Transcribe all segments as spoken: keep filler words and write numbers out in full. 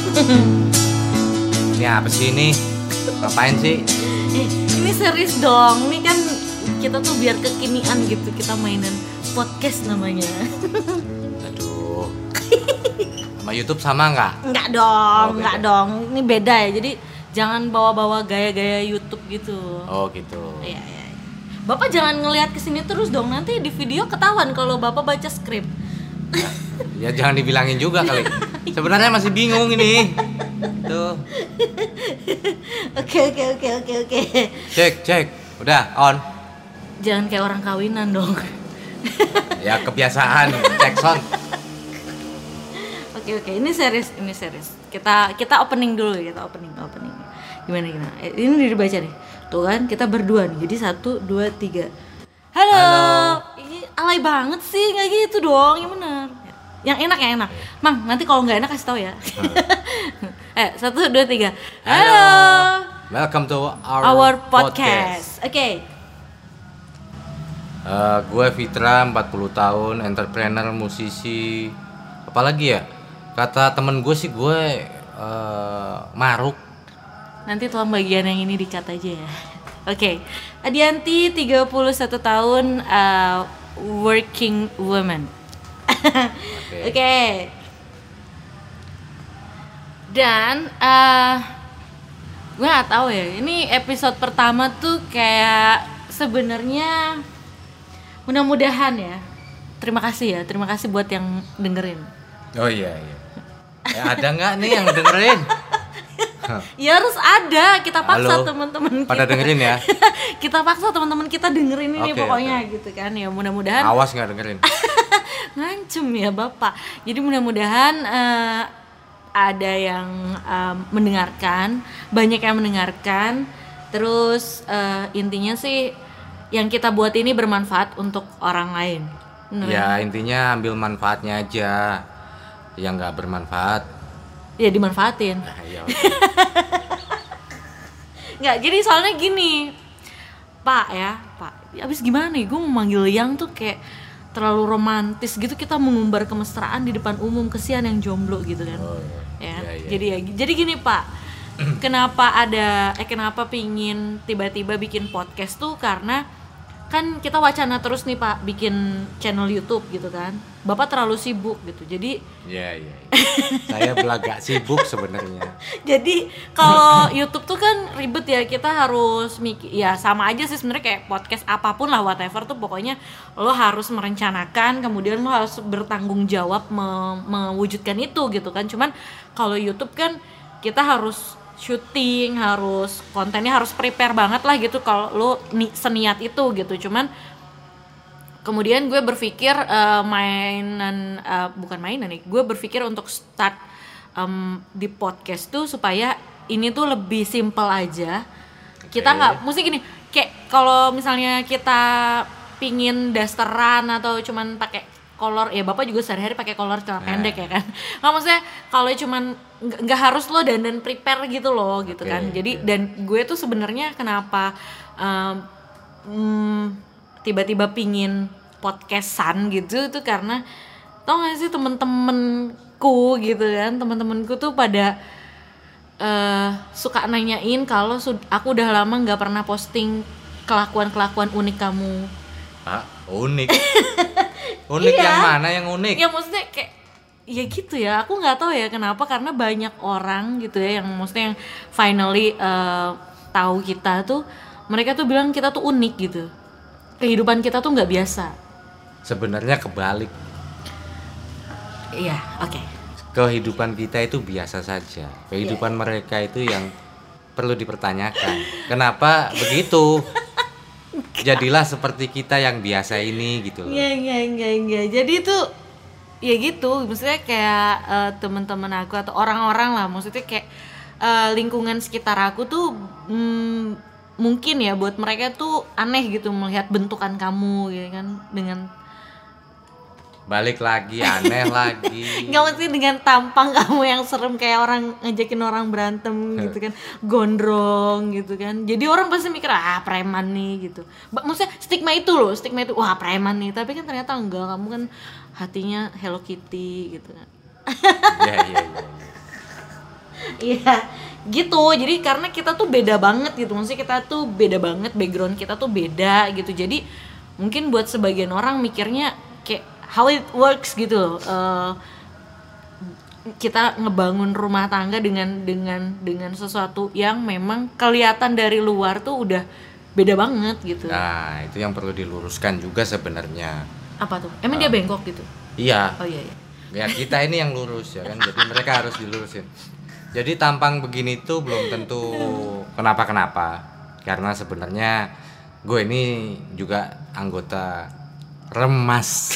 Ini apa sih ini? Ngapain sih? Eh, ini serius dong. Ini kan kita tuh biar kekinian gitu. Kita mainan podcast namanya. Aduh. Sama YouTube sama nggak? Enggak dong, Oh, enggak beda. dong. Ini beda ya. Jadi jangan bawa-bawa gaya-gaya YouTube gitu. Oh gitu. Iya, iya. iya. Bapak jangan ngelihat ke sini terus dong. Nanti di video ketahuan kalau Bapak baca skrip. Ya jangan dibilangin juga kali. Sebenarnya masih bingung ini. Tuh. Oke, oke, oke, oke, oke. Cek, cek. Udah on. Jangan kayak orang kawinan dong. Ya kebiasaan. Cek sound. Oke, oke. Ini serius, ini serius. Kita kita opening dulu ya, kita opening, opening. Gimana gimana? Eh, ini dibaca nih. Tuh kan, kita berdua nih. Jadi satu, dua, tiga. Halo. Halo. Ini alay banget sih, nggak gitu dong. Yang benar. Yang enak, yang enak. Mang, nanti kalau nggak enak kasih tahu ya. eh, satu, dua, tiga. Halo. Welcome to our, Our podcast. Oke. Okay. Uh, gue Fitra, empat puluh tahun, entrepreneur, musisi. Apalagi ya? Kata temen gue sih gue uh, maruk. Nanti tolong bagian yang ini di-cut aja ya. Oke. Okay. Adianti, tiga puluh satu tahun, uh, working woman. Oke. Okay. Okay. Dan uh, gue nggak tahu ya. Ini episode pertama tuh kayak sebenarnya mudah-mudahan ya. Terima kasih ya. Terima kasih buat yang dengerin. Oh iya iya. Ya, ada nggak nih yang dengerin? Ya harus ada. Kita paksa Halo. teman-teman kita. Pada dengerin ya. Kita paksa teman-teman kita dengerin ini Oke, pokoknya oke. gitu kan. Ya mudah-mudahan. Awas nggak dengerin. Ngancem ya Bapak. Jadi mudah-mudahan uh, ada yang uh, mendengarkan, banyak yang mendengarkan. Terus uh, intinya sih yang kita buat ini bermanfaat untuk orang lain. Bener Ya intinya ambil manfaatnya aja. Yang nggak bermanfaat. ya dimanfaatin. Nah, ya. Nggak, jadi soalnya gini, Pak ya, Pak. Abis gimana ya? Gue mau manggil yang tuh kayak terlalu romantis gitu, kita mengumbar kemesraan di depan umum, kesian yang jomblo gitu kan. Oh, Ya, iya, iya. jadi ya, jadi gini Pak. Kenapa ada, eh kenapa pingin tiba-tiba bikin podcast tuh karena kan kita wacana terus nih Pak bikin channel YouTube gitu kan. Bapak terlalu sibuk gitu. Jadi Iya iya. iya. Saya belagak sibuk sebenarnya. Jadi kalau YouTube tuh kan ribet ya, kita harus mikir ya sama aja sih sebenarnya kayak podcast apapun lah whatever tuh pokoknya lo harus merencanakan, kemudian lo harus bertanggung jawab me- mewujudkan itu gitu kan. Cuman kalau YouTube kan kita harus syuting, harus kontennya harus prepare banget lah gitu kalau lo ni- seniat itu gitu. Cuman kemudian gue berpikir uh, mainan uh, bukan mainan nih, gue berpikir untuk start um, di podcast tuh supaya ini tuh lebih simple aja. Kita nggak, mesti gini, kayak kalau misalnya kita pingin dasteran atau cuman pakai kolor, ya Bapak juga sehari-hari pakai kolor celana pendek ya kan. Nggak, maksudnya kalau cuman nggak nggak harus lo dan dan prepare gitu loh gitu Oke, kan. Jadi oke. dan gue tuh sebenarnya kenapa um, hmm, tiba-tiba pingin podcastan gitu tuh karena tau gak sih temen-temenku gitu kan, temen-temenku tuh pada uh, suka nanyain kalau sud- aku udah lama nggak pernah posting kelakuan-kelakuan unik kamu. Ah, unik. Unik Iya. yang mana yang unik? Ya maksudnya kayak ya gitu ya, aku nggak tahu ya kenapa, karena banyak orang gitu ya yang maksudnya yang finally uh, tahu kita tuh, mereka tuh bilang kita tuh unik gitu, kehidupan kita tuh nggak biasa. Sebenarnya kebalik. Iya, oke. Okay. Kehidupan kita itu biasa saja. Kehidupan yeah. mereka itu yang perlu dipertanyakan. Kenapa begitu? Jadilah seperti kita yang biasa ini gitu loh. Iya, iya, iya, iya. Jadi itu ya gitu, maksudnya kayak uh, teman-teman aku atau orang-orang lah, maksudnya kayak uh, lingkungan sekitar aku tuh mm, mungkin ya buat mereka tuh aneh gitu melihat bentukan kamu gitu kan, dengan Balik lagi aneh lagi. nggak mesti dengan tampang kamu yang serem kayak orang ngajakin orang berantem gitu kan, gondrong gitu kan. Jadi orang pasti mikir ah preman nih gitu. Ba- Maksudnya stigma itu loh, stigma itu wah preman nih. Tapi kan ternyata enggak, kamu kan hatinya Hello Kitty gitu kan. Iya iya iya. Iya, gitu. Jadi karena kita tuh beda banget gitu. Maksudnya kita tuh beda banget, background kita tuh beda gitu. Jadi mungkin buat sebagian orang mikirnya kayak how it works gitu loh. Uh, kita ngebangun rumah tangga dengan dengan dengan sesuatu yang memang kelihatan dari luar tuh udah beda banget gitu. Nah, itu yang perlu diluruskan juga sebenarnya. Apa tuh? Emang uh, dia bengkok gitu? Iya. Oh iya iya. Ya kita ini yang lurus ya kan. Jadi mereka harus dilurusin. Jadi tampang begini tuh belum tentu kenapa-kenapa. Karena sebenarnya gue ini juga anggota Remas.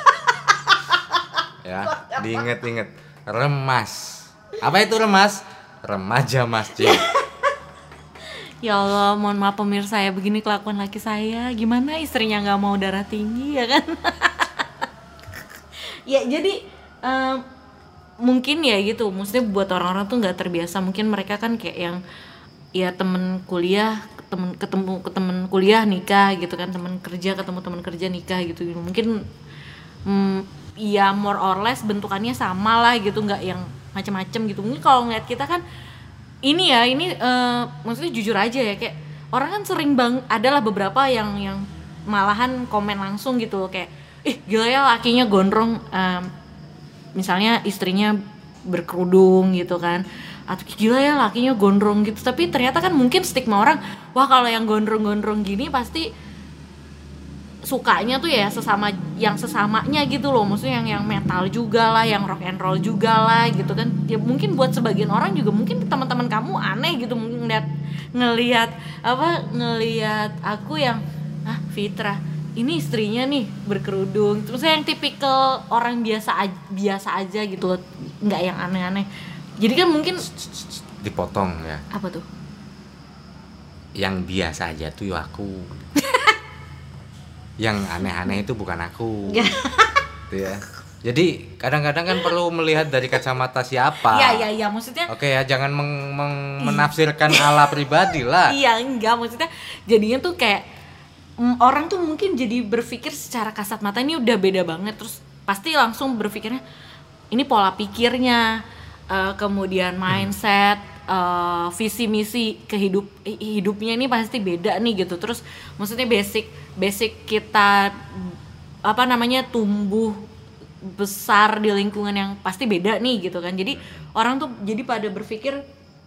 Ya, diinget-inget. Remas. Apa itu Remas? Remaja masjid. Ya Allah, mohon maaf pemirsa ya, begini kelakuan laki saya. Gimana istrinya nggak mau darah tinggi ya kan? Ya jadi um, mungkin ya gitu. Maksudnya buat orang-orang tuh nggak terbiasa. Mungkin mereka kan kayak yang ya temen kuliah, temen ketemu ke temen kuliah nikah gitu kan, temen kerja ketemu temen kerja nikah gitu. Mungkin um, ya more or less bentukannya sama lah gitu, nggak yang macem-macem gitu. Mungkin kalau ngeliat kita kan ini ya ini uh, maksudnya jujur aja ya, kayak orang kan sering bang adalah beberapa yang yang malahan komen langsung gitu kayak ih gila ya lakinya gondrong, um, misalnya istrinya berkerudung gitu kan, atau gila ya lakinya gondrong gitu. Tapi ternyata kan mungkin stigma orang, wah kalau yang gondrong-gondrong gini pasti sukanya tuh ya sesama yang sesamanya gitu loh, maksudnya yang yang metal juga lah, yang rock and roll juga lah gitu kan. Ya mungkin buat sebagian orang juga mungkin teman-teman kamu aneh gitu, mungkin ngeliat ngelihat apa ngelihat aku yang ah Fitra ini istrinya nih berkerudung, terus yang tipikal orang biasa aja, biasa aja gitu loh, nggak yang aneh-aneh. Jadi kan mungkin dipotong ya. Apa tuh? Yang biasa aja tuh ya aku. Yang aneh-aneh itu bukan aku. Gitu ya. Jadi kadang-kadang kan perlu melihat dari kacamata siapa. Iya iya iya, maksudnya. Oke ya, jangan meng- meng- menafsirkan ala pribadi lah. Iya enggak, maksudnya jadinya tuh kayak mm, orang tuh mungkin jadi berpikir secara kasat mata ini udah beda banget, terus pasti langsung berpikirnya ini pola pikirnya, uh, kemudian mindset, uh, visi misi kehidup hidupnya ini pasti beda nih gitu. Terus maksudnya basic basic kita apa namanya tumbuh besar di lingkungan yang pasti beda nih gitu kan. Jadi orang tuh jadi pada berpikir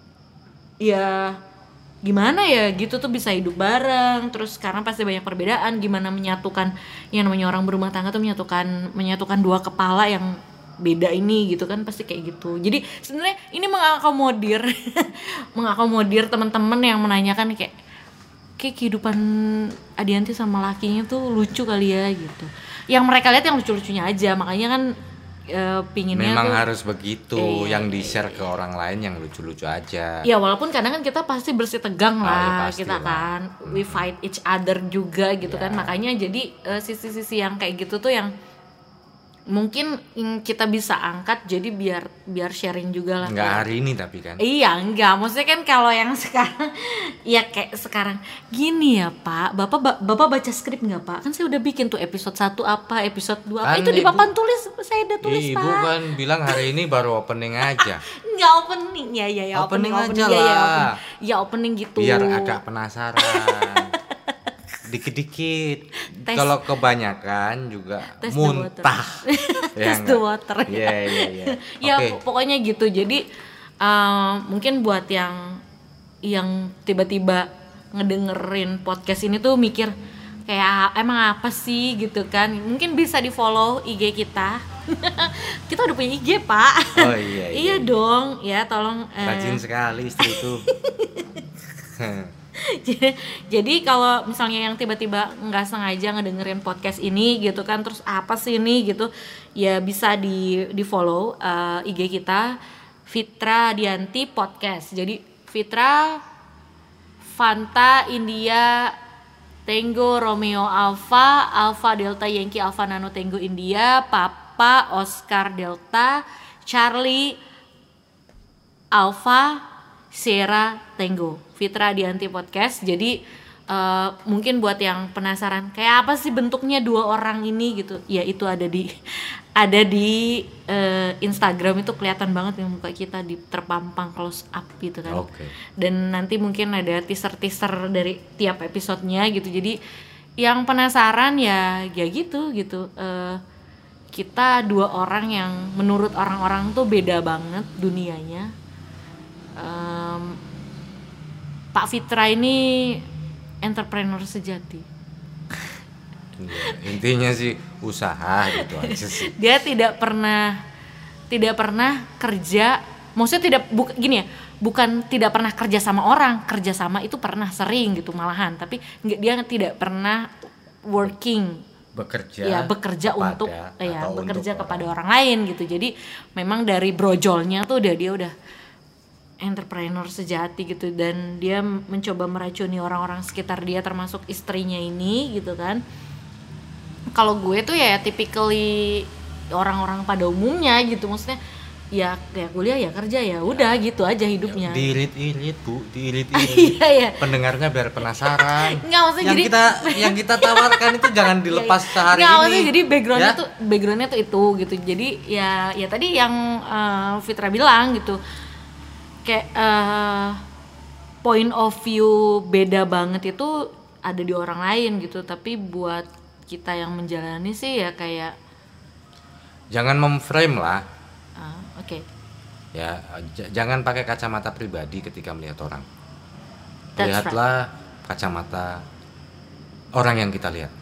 ya gimana ya gitu tuh bisa hidup bareng. Terus karena pasti banyak perbedaan, gimana menyatukan yang namanya orang berumah tangga tuh menyatukan menyatukan dua kepala yang beda ini gitu kan, pasti kayak gitu. Jadi sebenarnya ini mengakomodir mengakomodir teman-teman yang menanyakan kayak kayak kehidupan Adianti sama lakinya tuh lucu kali ya gitu. Yang mereka lihat yang lucu-lucunya aja, makanya kan e, pinginnya memang tuh, harus begitu, eh, yang di-share ke orang lain yang lucu-lucu aja. Ya walaupun kadang kan kita pasti bersih tegang lah, oh, ya kita lah. Kan we fight each other juga gitu ya. Kan makanya jadi e, sisi-sisi yang kayak gitu tuh yang mungkin kita bisa angkat, jadi biar biar sharing juga lah. Nggak hari ini tapi kan. Iya enggak, maksudnya kan kalau yang sekarang ya kayak sekarang gini ya Pak, Bapak Bapak baca skrip nggak Pak? Kan saya udah bikin tuh episode satu apa, episode dua apa, kan itu di papan tulis saya udah tulis ibu Pak. Ibu kan bilang hari ini baru opening aja. Enggak opening, ya ya ya opening, opening aja opening, lah. Ya, ya, opening. Ya opening gitu. Biar agak penasaran. Dikit-dikit. Kalau kebanyakan juga Test muntah. Ya, Test the water. Iya iya iya. Ya okay. Pokoknya gitu. Jadi uh, mungkin buat yang yang tiba-tiba ngedengerin podcast ini tuh mikir kayak emang apa sih gitu kan. Mungkin bisa di-follow I G kita. Kita udah punya I G, Pak. Oh iya. Iya, iya dong. Ya, tolong uh... rajin sekali istri itu. jadi, jadi kalau misalnya yang tiba-tiba nggak sengaja ngedengerin podcast ini gitu kan, terus apa sih ini gitu, ya bisa di di follow uh, I G kita Fitra Dianti Podcast. Jadi Fitra Fanta India Tango Romeo Alpha Alpha Delta Yankee Alpha Nano Tango India Papa Oscar Delta Charlie Alpha Sierra Tango, Fitra Dianti Podcast. Jadi uh, mungkin buat yang penasaran kayak apa sih bentuknya dua orang ini gitu, ya itu ada di ada di uh, Instagram itu kelihatan banget yang muka kita di terpampang close up gitu kan. Oke. Dan nanti mungkin ada teaser-teaser dari tiap episodenya gitu. Jadi yang penasaran ya ya gitu gitu. Uh, kita dua orang yang menurut orang-orang tuh beda banget dunianya. Um, Pak Fitra ini entrepreneur sejati. Intinya sih usaha gitu aja sih. Dia tidak pernah tidak pernah kerja, maksudnya tidak bu, gini ya, bukan tidak pernah kerja sama orang, kerja sama itu pernah sering gitu malahan, tapi nggak, dia tidak pernah working bekerja ya bekerja kepada, untuk ya bekerja untuk kepada orang. orang lain gitu. Jadi memang dari brojolnya tuh udah dia udah entrepreneur sejati gitu, dan dia mencoba meracuni orang-orang sekitar dia termasuk istrinya ini gitu kan. Kalau gue tuh ya typically orang-orang pada umumnya gitu, maksudnya ya kayak kuliah ya kerja ya udah gitu aja hidupnya. Diirit-irit Bu, diirit-irit. Iya ya. Pendengarnya biar penasaran. Nggak, maksudnya yang jadi kita yang kita tawarkan itu jangan dilepas sehari nggak, ini. maksudnya jadi backgroundnya ya? tuh backgroundnya tuh itu gitu. Jadi ya ya tadi yang uh, Fitra bilang gitu, kayak uh, point of view beda banget itu ada di orang lain gitu. Tapi buat kita yang menjalani sih ya kayak jangan memframe lah. uh, oke okay. Ya, j- jangan pakai kacamata pribadi ketika melihat orang. That's Lihatlah right. Kacamata orang yang kita lihat.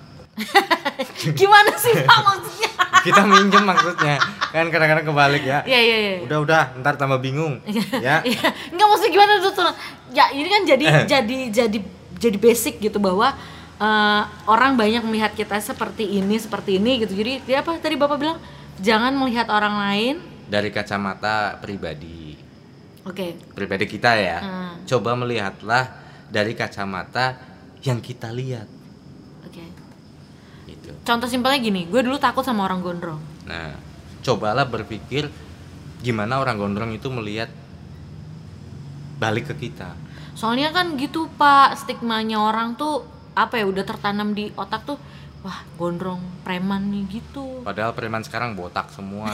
Gimana sih Pak maksudnya? Kita minjem maksudnya. Kan kadang-kadang kebalik ya. Iya iya iya. Udah-udah, ntar tambah bingung. Ya. Enggak, maksudnya gimana tuh, tuh? Ya, ini kan jadi jadi jadi jadi basic gitu bahwa uh, orang banyak melihat kita seperti ini, seperti ini gitu. Jadi dia apa tadi Bapak bilang? Jangan melihat orang lain dari kacamata pribadi. Oke. Okay. Pribadi kita ya. Hmm. Coba melihatlah dari kacamata yang kita lihat. Oke. Okay. Gitu. Contoh simpelnya gini, gue dulu takut sama orang gondrong. Nah, cobalah berpikir gimana orang gondrong itu melihat balik ke kita. Soalnya kan gitu Pak, stigmanya orang tuh apa ya, udah tertanam di otak tuh, wah gondrong preman nih gitu. Padahal preman sekarang botak semua.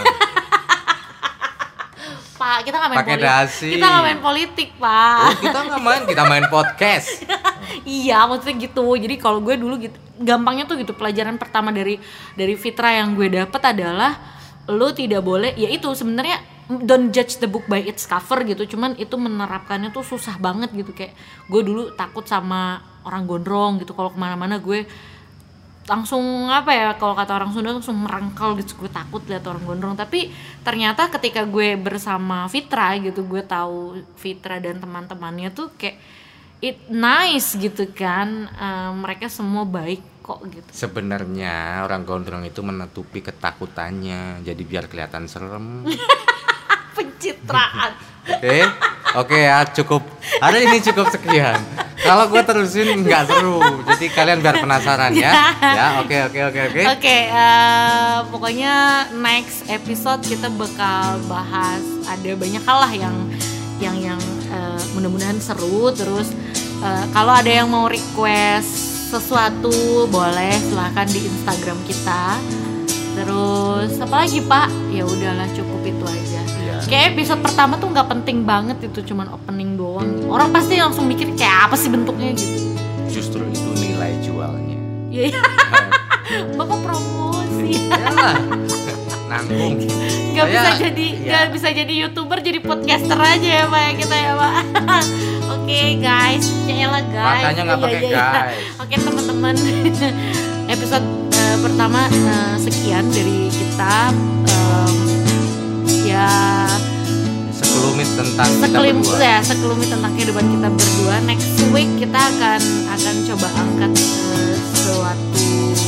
Pak, kita nggak main Pakai politik. dasi. Kita nggak main politik Pak. Oh, kita nggak main, kita main podcast. Iya, maksudnya gitu. Jadi kalau gue dulu gitu, gampangnya tuh gitu, pelajaran pertama dari dari Fitra yang gue dapet adalah lo tidak boleh, ya itu sebenarnya don't judge the book by its cover gitu. Cuman itu menerapkannya tuh susah banget gitu. Kayak gue dulu takut sama orang gondrong gitu. Kalau kemana-mana gue langsung apa ya, kalau kata orang Sunda langsung merangkal gitu, gue takut lihat orang gondrong. Tapi ternyata ketika gue bersama Fitra gitu, gue tahu Fitra dan teman-temannya tuh kayak it nice gitu kan, uh, mereka semua baik kok gitu. Sebenarnya orang gondrong itu menutupi ketakutannya, jadi biar kelihatan serem. Pencitraan. Oke, oke ya, cukup. Hari ini cukup sekian. Kalau gue terusin nggak seru, jadi kalian biar penasaran ya. Ya, oke, oke, oke, oke. Oke, eh, pokoknya next episode kita bakal bahas, ada banyak hal lah yang yang yang uh, mudah-mudahan seru. Terus uh, kalau ada yang mau request sesuatu boleh silahkan di Instagram kita. Terus apa lagi Pak? Ya udahlah, cukup itu aja. Iya. Kayak episode pertama tuh nggak penting banget, itu cuman opening doang. Orang pasti langsung mikir kayak apa sih bentuknya gitu. Justru itu nilai jualnya. Iya. Bapak promosi. Yalah. Nanggung. Gak bisa Saya- jadi ya. gak bisa jadi YouTuber, jadi podcaster aja ya Pak ya kita ya Pak. Oke guys, yaelah guys. Makanya nggak Iya, pakai iya, iya. guys. Oke teman-teman, episode uh, pertama uh, sekian dari kita. Um, ya Sekelumit tentang kita sekelumit berdua. ya sekelumit tentang kehidupan kita berdua. Next week kita akan akan coba angkat uh, suatu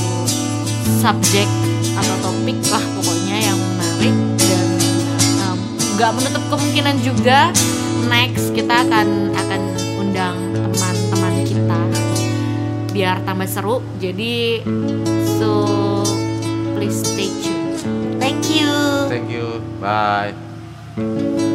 subjek atau topik lah pokoknya yang menarik, dan um, nggak menutup kemungkinan juga next kita akan akan undang teman-teman kita biar tambah seru. Jadi so please stay tuned. Thank you. Thank you. Bye.